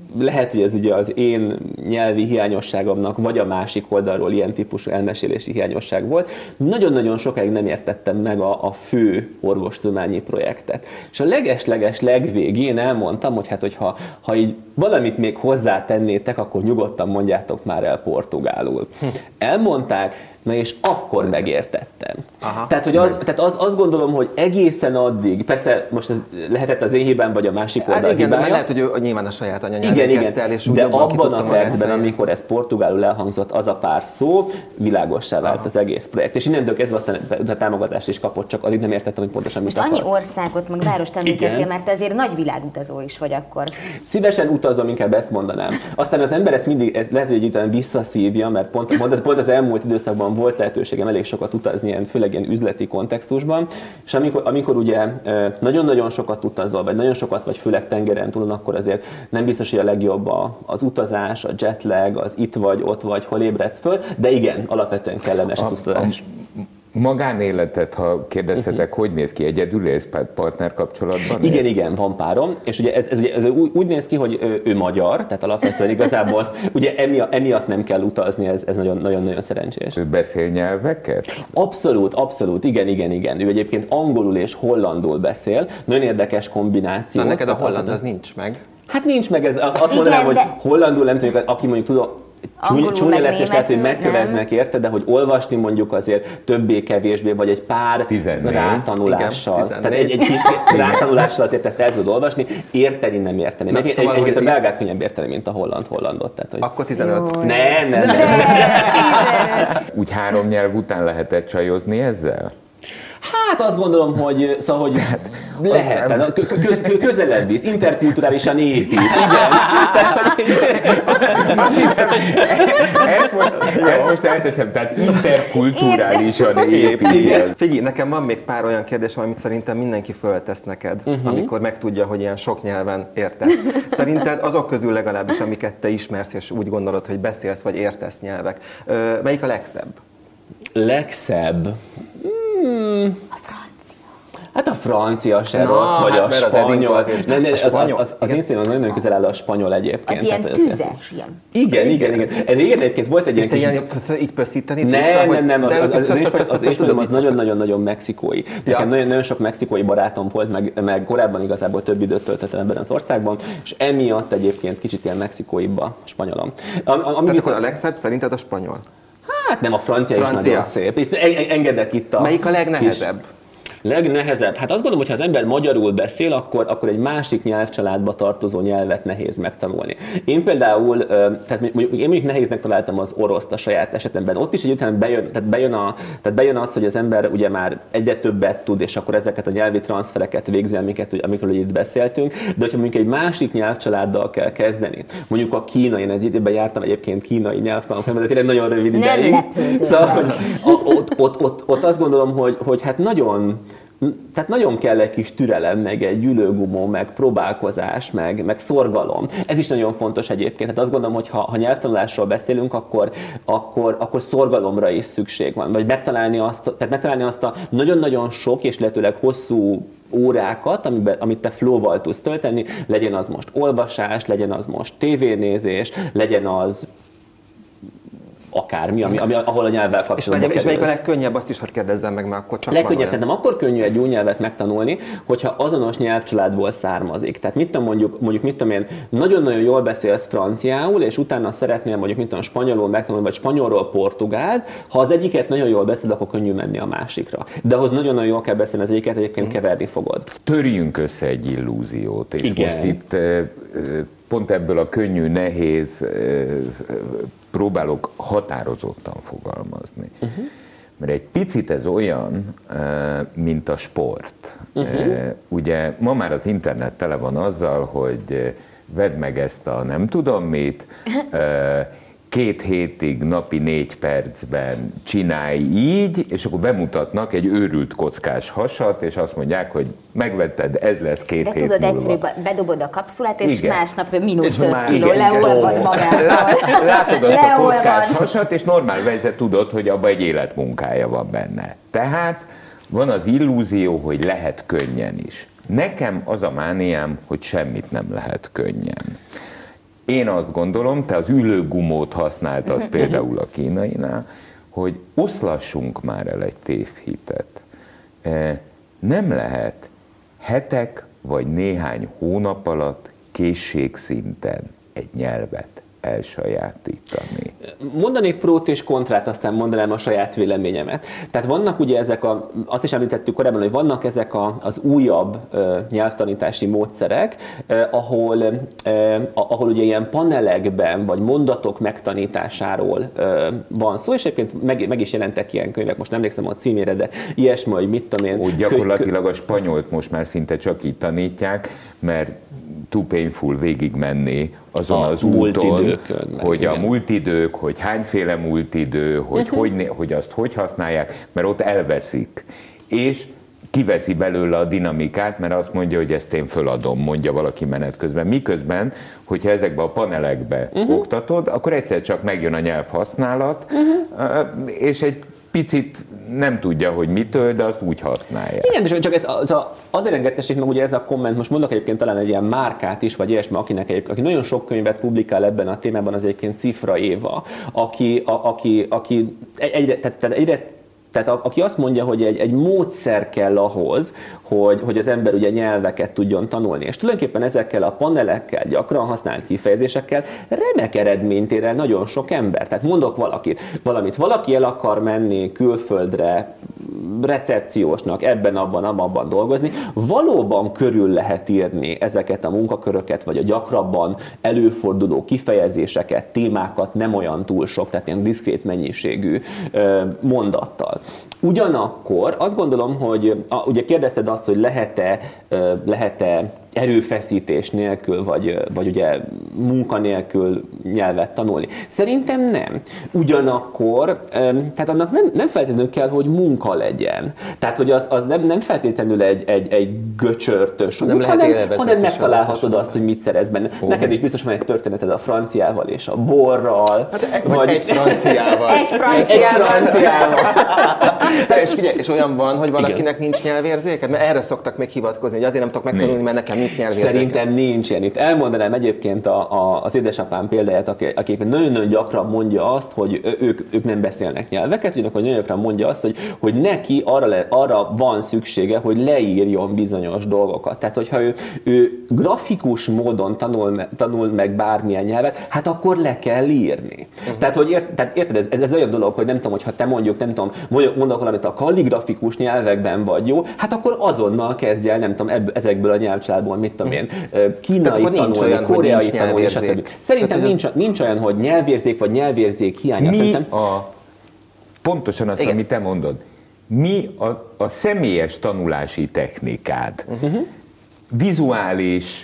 lehet, hogy ez ugye az én nyelvi hiányosságomnak, vagy a másik oldalról ilyen típusú elmesélési hiányosság volt. Nagyon-nagyon sokáig nem értettem meg a, a fő orvostudományi projektet. És a leges-leges legvégén elmondtam, hogy hát, hogyha ha így valamit még hozzátennétek, akkor nyugodtan mondjátok már el portugálul. Hm. Elmondták, na és akkor megértettem. Aha. Tehát, hogy az, tehát az, azt gondolom, hogy egészen addig, persze most ez lehetett az én hibám, vagy a másik oldal hát igen, hibája. De lehet, hogy ő nyilván a saját anyanyelvét igen, igen. kezdte el, és de abban a percben, hogy amikor ez portugálul elhangzott, az a pár szó, világossá vált Aha. az egész projekt. És innentől kezdve aztán a támogatást is kapott, csak addig nem értettem, hogy pontosan mit most akar. Annyi országot, meg várost említettél, mert te azért nagy világutazó is vagy akkor. Szívesen utazom, inkább ezt mondanám. Aztán az ember ezt mindig, ez lehet, hogy egy visszaszívja, mert pont, pont, pont az elmúlt időszakban volt lehetőségem elég sokat utazni, ilyen, főleg ilyen üzleti kontextusban, és amikor, amikor ugye nagyon-nagyon sokat utazol, vagy nagyon sokat, vagy főleg tengeren túlon, akkor azért nem biztos, hogy a legjobb az utazás, a jetlag, az itt vagy, ott vagy, hol ébredsz föl, de igen, alapvetően kellemes az utazás. Magánéletet, ha kérdezhetek, uh-huh. hogy néz ki? Egyedül élsz partner kapcsolatban? Igen, él? igen, van párom, és ugye ez, ez, ez úgy, úgy néz ki, hogy ő, ő magyar, tehát alapvetően igazából ugye emiatt, emiatt nem kell utazni, ez, ez nagyon, nagyon, nagyon szerencsés. Ő beszél nyelveket? Abszolút, abszolút, igen, igen, igen. Ő egyébként angolul és hollandul beszél, nagyon érdekes kombináció. Na, neked a holland az nincs meg. Hát nincs meg, ez, azt, azt igen, mondanám, hogy de... hollandul nem tudjuk, aki mondjuk tud, Csúny, csúnya lesz, és lehet, hogy megköveznek érte, de hogy olvasni mondjuk azért többé-kevésbé, vagy egy pár tizennégy rátanulással. Igen, tehát egy, egy kis rátanulással azért ezt el tudod olvasni, érteni nem érteni. Na, szóval, egy, egy, a belgát könnyebb érteni, mint a holland-hollandot. Tehát, hogy... Akkor tizenöt. Nem, nem, nem. nem. Úgy három nyelv után lehetett csajozni ezzel? Hát azt gondolom, hogy, szóval, hogy lehet, köz, közelebb visz, interkulturálisan épít, igen. Azt hiszem, ezt most, ezt most elteszem, tehát interkulturálisan épít. Figyelj, nekem van még pár olyan kérdésem, amit szerintem mindenki föltesz neked, uh-huh. amikor megtudja, hogy ilyen sok nyelven értesz. Szerinted azok közül legalábbis, amiket te ismersz, és úgy gondolod, hogy beszélsz vagy értesz nyelvek, melyik a legszebb? Legszebb? Hmm. A francia. Hát a francia se Na, rossz, vagy hát a spanyol. Az, az, ne, ne, a spanyol. Az, az, az én szívem nagyon közel áll a spanyol egyébként. Az ilyen tüzes, ilyen. Igen, igen, igen. Régen egyébként volt egy ilyen kis... ilyen így pösszíteni? Nem, nem, nem. Az én spanyolom az nagyon-nagyon-nagyon mexikói. Nekem nagyon sok mexikói barátom volt, meg, meg korábban igazából több időt töltöttem ebben az országban, és emiatt egyébként kicsit ilyen mexikóibb a spanyolom. Tehát viszont... a legszebb szerinted a spanyol? Hát nem, a francia, francia. is nagyon szép. Itt engedek itt a... Melyik a legnehezebb? Legnehezebb? Hát azt gondolom, hogy ha az ember magyarul beszél, akkor, akkor egy másik nyelvcsaládba tartozó nyelvet nehéz megtanulni. Én például, tehát mondjuk, én mondjuk nehéznek találtam az oroszt a saját esetemben. Ott is egy után bejön, tehát bejön, a, tehát bejön az, hogy az ember ugye már egyre többet tud, és akkor ezeket a nyelvi transfereket végzi, amiket, amikről itt beszéltünk. De hogyha mondjuk egy másik nyelvcsaláddal kell kezdeni, mondjuk a kínai, én egy időben jártam egyébként kínai nyelvtanfolyamon, de tényleg nagyon rövid ideig. Szóval, hogy ott, ott, ott, ott azt gondolom, hogy, hogy hát nagyon Tehát nagyon kell egy kis türelem, meg egy gyűlőgumó, meg próbálkozás, meg, meg szorgalom. Ez is nagyon fontos egyébként. Hát azt gondolom, hogy ha, ha nyelvtanulásról beszélünk, akkor, akkor, akkor szorgalomra is szükség van. Vagy megtalálni azt, tehát megtalálni azt a nagyon-nagyon sok és lehetőleg hosszú órákat, amiben, amit te flow-val tudsz tölteni, legyen az most olvasás, legyen az most tévénézés, legyen az akármi, ami, ami, ahol a nyelvvel kapcsolatban. És, és melyik a legkönnyebb, azt is hadd kérdezzem meg, mert akkor csak legkönnyebb szerintem akkor könnyű egy új nyelvet megtanulni, hogyha azonos nyelvcsaládból származik. Tehát mit tudom, mondjuk, mondjuk mit tudom én, nagyon-nagyon jól beszélsz franciául, és utána szeretnél mondjuk mit tudom, spanyolul megtanulni, vagy spanyolról portugált, ha az egyiket nagyon jól beszél, akkor könnyű menni a másikra. De ahhoz nagyon-nagyon jól kell beszélni az egyiket, egyébként mm. keverni fogod. Törjünk össze egy illúziót, és igen. most itt pont ebből a könnyű, nehéz próbálok határozottan fogalmazni. Uh-huh. Mert egy picit ez olyan, mint a sport. Uh-huh. Ugye ma már az internet tele van azzal, hogy vedd meg ezt a nem tudom mit, két hétig napi négy percben csinálj így, és akkor bemutatnak egy őrült kockás hasat, és azt mondják, hogy megvetted, ez lesz két de hét tudod, múlva. Egyszerűen bedobod a kapszulát, és igen. másnap mínusz öt kiló igen, leolvad magától. Látod azt a kockás hasat, és normál helyzet tudod, hogy abban egy életmunkája van benne. Tehát van az illúzió, hogy lehet könnyen is. Nekem az a mániám, hogy semmit nem lehet könnyen. én azt gondolom, te az ülőgumót használtad például a kínainál, hogy oszlassunk már el egy tévhitet. Nem lehet hetek vagy néhány hónap alatt készségszinten egy nyelvet elsajátítani. Mondanék prót és kontrát, aztán mondanám a saját véleményemet. Tehát vannak ugye ezek a, azt is említettük korábban, hogy vannak ezek a, az újabb uh, nyelvtanítási módszerek, uh, ahol, uh, ahol ugye ilyen panelekben, vagy mondatok megtanításáról uh, van szó, és egyébként meg, meg is jelentek ilyen könyvek, most nem emlékszem a címére, de ilyesmi, hogy mit tudom én. Úgy gyakorlatilag a spanyolt most már szinte csak így tanítják, mert too painful végig menni azon a az úton, hogy igen. a multidők, hogy hányféle multidő, hogy, uh-huh. hogy, hogy azt hogy használják, mert ott elveszik. És kiveszi belőle a dinamikát, mert azt mondja, hogy ezt én föladom, mondja valaki menet közben. Miközben, hogyha ezekbe a panelekbe uh-huh. oktatod, akkor egyszer csak megjön a nyelvhasználat, uh-huh. és egy picit nem tudja, hogy mitől, de azt úgy használja. Igen, csak ez az, azért engedtessék meg ugye ez a komment, most mondok egyébként talán egy ilyen márkát is, vagy ilyesmi, akinek egyébként, aki nagyon sok könyvet publikál ebben a témában, az egyébként Cifra Éva, aki, a, aki, aki egyre, tehát egyre Tehát a, aki azt mondja, hogy egy, egy módszer kell ahhoz, hogy, hogy az ember ugye nyelveket tudjon tanulni, és tulajdonképpen ezekkel a panelekkel, gyakran használt kifejezésekkel remek eredményt ér el nagyon sok ember. Tehát mondok valakit, valamit, valaki el akar menni külföldre, recepciósnak, ebben, abban, abban dolgozni, valóban körül lehet írni ezeket a munkaköröket, vagy a gyakrabban előforduló kifejezéseket, témákat nem olyan túl sok, tehát ilyen diszkrét mennyiségű mondattal. Ugyanakkor azt gondolom, hogy a, ugye kérdezted azt, hogy lehet-e, lehet-e erőfeszítés nélkül, vagy, vagy ugye munka nélkül nyelvet tanulni. Szerintem nem. Ugyanakkor, tehát annak nem, nem feltétlenül kell, hogy munka legyen. Tehát, hogy az, az nem, nem feltétlenül egy, egy, egy göcsörtös út, hanem, hanem megtalálhatod azt, hogy mit szerez benne. Oh. Neked is biztos van egy történeted a franciával és a borral. Hát, vagy egy franciával. Egy franciával. Egy franciával. és, figyelj, és olyan van, hogy valakinek igen. nincs nyelvérzéke? Mert erre szoktak még hivatkozni, hogy azért nem tudok megtanulni, mert nekem nincs nyelvérzéke. Szerintem nincs ilyen. Itt elmondanám egyébként a, a, az édesapám példáját, aki, aki nagyon-nagyon gyakran mondja azt, hogy ők, ők nem beszélnek nyelveket, ugyanakkor nagyon gyakran mondja azt, hogy, hogy neki arra, le, arra van szüksége, hogy leírjon bizonyos dolgokat. Tehát, hogyha ő, ő grafikus módon tanul, tanul meg bármilyen nyelvet, hát akkor le kell írni. Uh-huh. Tehát, hogy ért, tehát érted, ez, ez, ez olyan dolog, hogy nem tudom, hogyha te mondjuk, nem tudom, mondok valamit a kalligrafikus nyelvekben vagy jó, hát akkor azonnal kezdj el, nem tudom, ebből, ezekből a nyelvcsaládból, mit tudom én, kínai tanulni, koreai tanulni, stb. Szerintem nincs, ez... nincs olyan, hogy nyelvérzék vagy nyelvérzék hiánya. Mi Szerintem... a, pontosan azt, igen. amit te mondod, mi a, a személyes tanulási technikád? Uh-huh. Vizuális,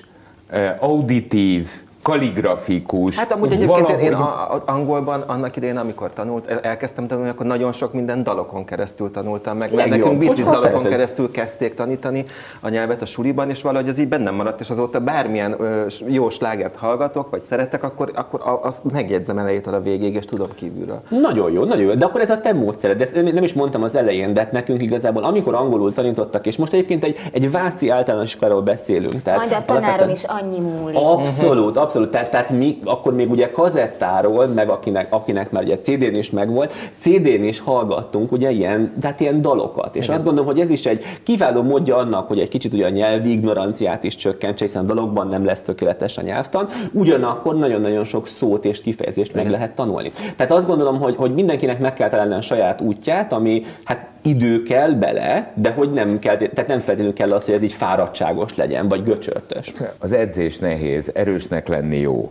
auditív, kalligrafikus. Hát amúgy egyébként valahogy... én a, a, angolban annak idején, amikor tanult, elkezdtem tanulni, akkor nagyon sok minden dalokon keresztül tanultam meg, mert nekünk Beatles dalokon szereted? keresztül kezdték tanítani a nyelvet a suliban, és valahogy ez így bennem maradt, és azóta bármilyen ö, jó slágert hallgatok, vagy szeretek, akkor, akkor azt megjegyzem elejétől a végéig, és tudom kívülről. Nagyon jó, nagyon jó, de akkor ez a te módszered, de ezt nem is mondtam az elején, de nekünk igazából, amikor angolul tanítottak, és most egyébként egy, egy váci általános iskoláról beszélünk. Tehát majd a tanáron is annyi múlik. Abszolút, abszolút. Tehát, tehát mi akkor még ugye kazettáról, meg akinek, akinek már ugye cé dén is megvolt, cé dén is hallgattunk ugye ilyen, tehát ilyen dalokat. És igen. azt gondolom, hogy ez is egy kiváló módja annak, hogy egy kicsit ugye a nyelvi ignoranciát is csökkentse, hiszen a dologban nem lesz tökéletes a nyelvtan, ugyanakkor nagyon-nagyon sok szót és kifejezést igen. meg lehet tanulni. Tehát azt gondolom, hogy, hogy mindenkinek meg kell találni a saját útját, ami hát idő kell bele, de hogy nem kell, tehát nem feltétlenül kell az, hogy ez így fáradtságos legyen, vagy göcsörtös. Az edzés nehéz, erősnek lenni jó.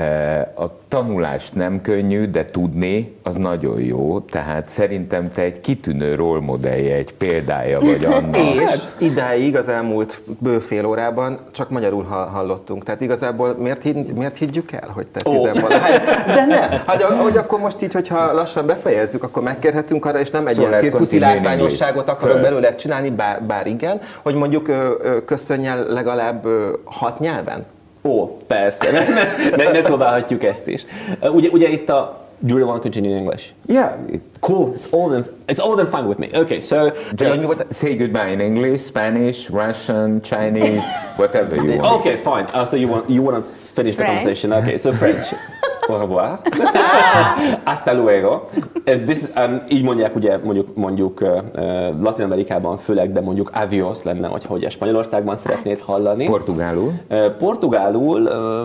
A tanulás nem könnyű, de tudni az nagyon jó, tehát szerintem te egy kitűnő rólmodellje, egy példája vagy annak. És idáig az elmúlt bő fél órában csak magyarul hallottunk, tehát igazából miért, hidd, miért higgyük el, hogy te tizenvalahány? De nem, hogy, hogy akkor most így, hogyha lassan befejezzük, akkor megkérhetünk arra, és nem egy ilyen cirkuszi látványosságot akarok belőle csinálni, bár, bár igen, hogy mondjuk köszönjel legalább hat nyelven? Ó, persze, meg, megpróbálhatjuk ezt is. Ugye, ugye itt a... Do you want to continue in English? Yeah. Cool, it's all, in, it's all then fine with me. Okay, so... Just say goodbye in English, Spanish, Russian, Chinese, whatever you want. Okay, fine. Uh, so you want, you want to Finish the conversation. Okay, so French. Au revoir. Hasta luego. This, um, így mondják ugye mondjuk, mondjuk uh, Latin Amerikában főleg, de mondjuk adios lenne, hogy hogy Spanyolországban szeretnéd hallani. Portugálul? Uh, portugálul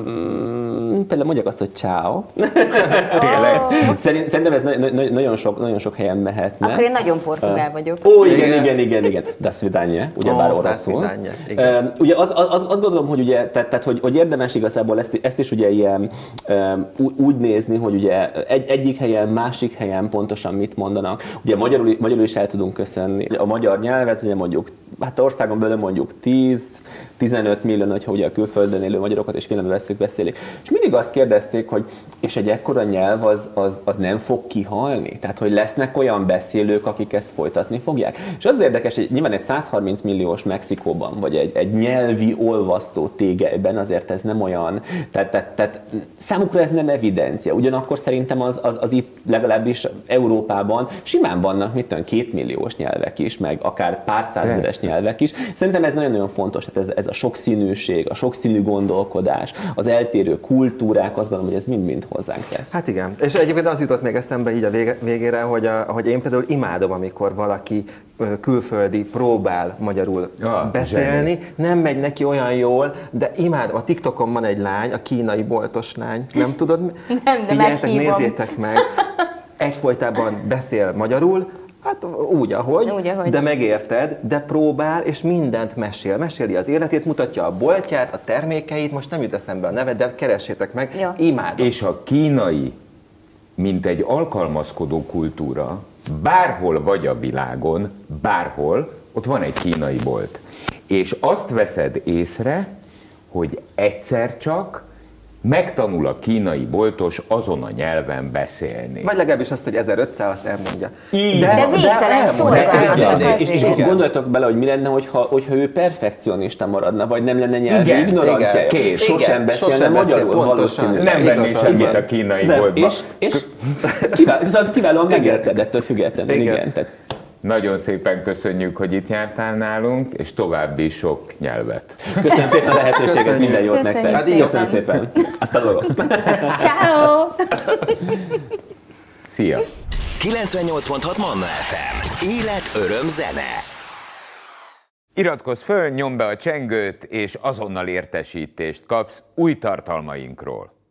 um, például mondják azt, hogy ciao. Tényleg? Szerint, szerintem ez na- na- nagyon, sok, nagyon sok helyen mehetne. Akkor én nagyon portugál vagyok. Ó, uh, igen, igen, igen, igen, igen. Da svidanje, ugyebár Oh, oroszul. da svidanje, igen. Uh, ugye az, az, azt gondolom, hogy ugye, tehát, tehát hogy, hogy érdemes igazából ezt, ezt is ugye ilyen um, úgy nézni, hogy ugye egy, egyik helyen, másik helyen pontosan mit mondanak. Ugye magyarul, magyarul is el tudunk köszönni. A magyar nyelvet ugye mondjuk, hát országon belül mondjuk tíz-tizenöt millió, hogyha ugye a külföldön élő magyarokat és figyelembe vesszük, beszélik. És mindig azt kérdezték, hogy és egy ekkora nyelv az, az, az nem fog kihalni? Tehát, hogy lesznek olyan beszélők, akik ezt folytatni fogják? És az érdekes, hogy nyilván egy százharminc milliós Mexikóban, vagy egy, egy nyelvi olvasztó tégelyben azért ez nem olyan, tehát, tehát, tehát számukra ez nem evidencia. Ugyanakkor szerintem az, az, az itt legalábbis Európában simán vannak, mit tudom, kétmilliós nyelvek is, meg akár pár százezeres nyelvek is. Szerintem ez nagyon-nagyon fontos, tehát ez, ez a sokszínűség, a sokszínű gondolkodás, az eltérő kultúrák, azt gondolom, hogy ez mind-mind hozzánk tesz. Hát igen, és egyébként az jutott még eszembe így a vége, végére, hogy, a, hogy én például imádom, amikor valaki külföldi próbál magyarul ja, beszélni, zseni. nem megy neki olyan jól, de imádom. A TikTokon van egy lány, a kínai boltos lány, nem tudod? Nem, de figyeljetek, meghívom. nézzétek meg, egyfolytában beszél magyarul, hát úgy ahogy, úgy, ahogy, de megérted, de próbál, és mindent mesél. Meséli az életét, mutatja a boltját, a termékeit, most nem jut eszembe a neve, de keressétek meg, ja. imádom. És a kínai, mint egy alkalmazkodó kultúra, bárhol vagy a világon, bárhol, ott van egy kínai bolt. És azt veszed észre, hogy egyszer csak megtanul a kínai boltos azon a nyelven beszélni. Vagy legalábbis azt, hogy ezerötszáz, azt elmondja. Így. De, de végtelen szorgalmasak de, és, és azért. gondoljatok bele, hogy mi lenne, hogyha, hogyha ő perfekcionista maradna, vagy nem lenne nyelvi Igen, ignoranciája. igen, kész. Sosem Igen, beszélne sosem beszél, magyarul pontosan. valószínűleg. Nem venné igazad, semmit igen. a kínai Nem, boltba. és, és kiváló, viszont kiválóan megérted ettől függetlenül. Igen. Igen. Tehát, Nagyon szépen köszönjük, hogy itt jártál nálunk, és további sok nyelvet. köszönöm szépen a lehetőséget, Köszönjük. minden jót Köszönjük nektek. szépen. Köszönöm szépen. Hasta luego. Ciao. Szia! kilencvennyolc pont hat Manna ef em. Élet, öröm, zene. Iratkozz föl, nyomd be a csengőt, és azonnal értesítést kapsz új tartalmainkról.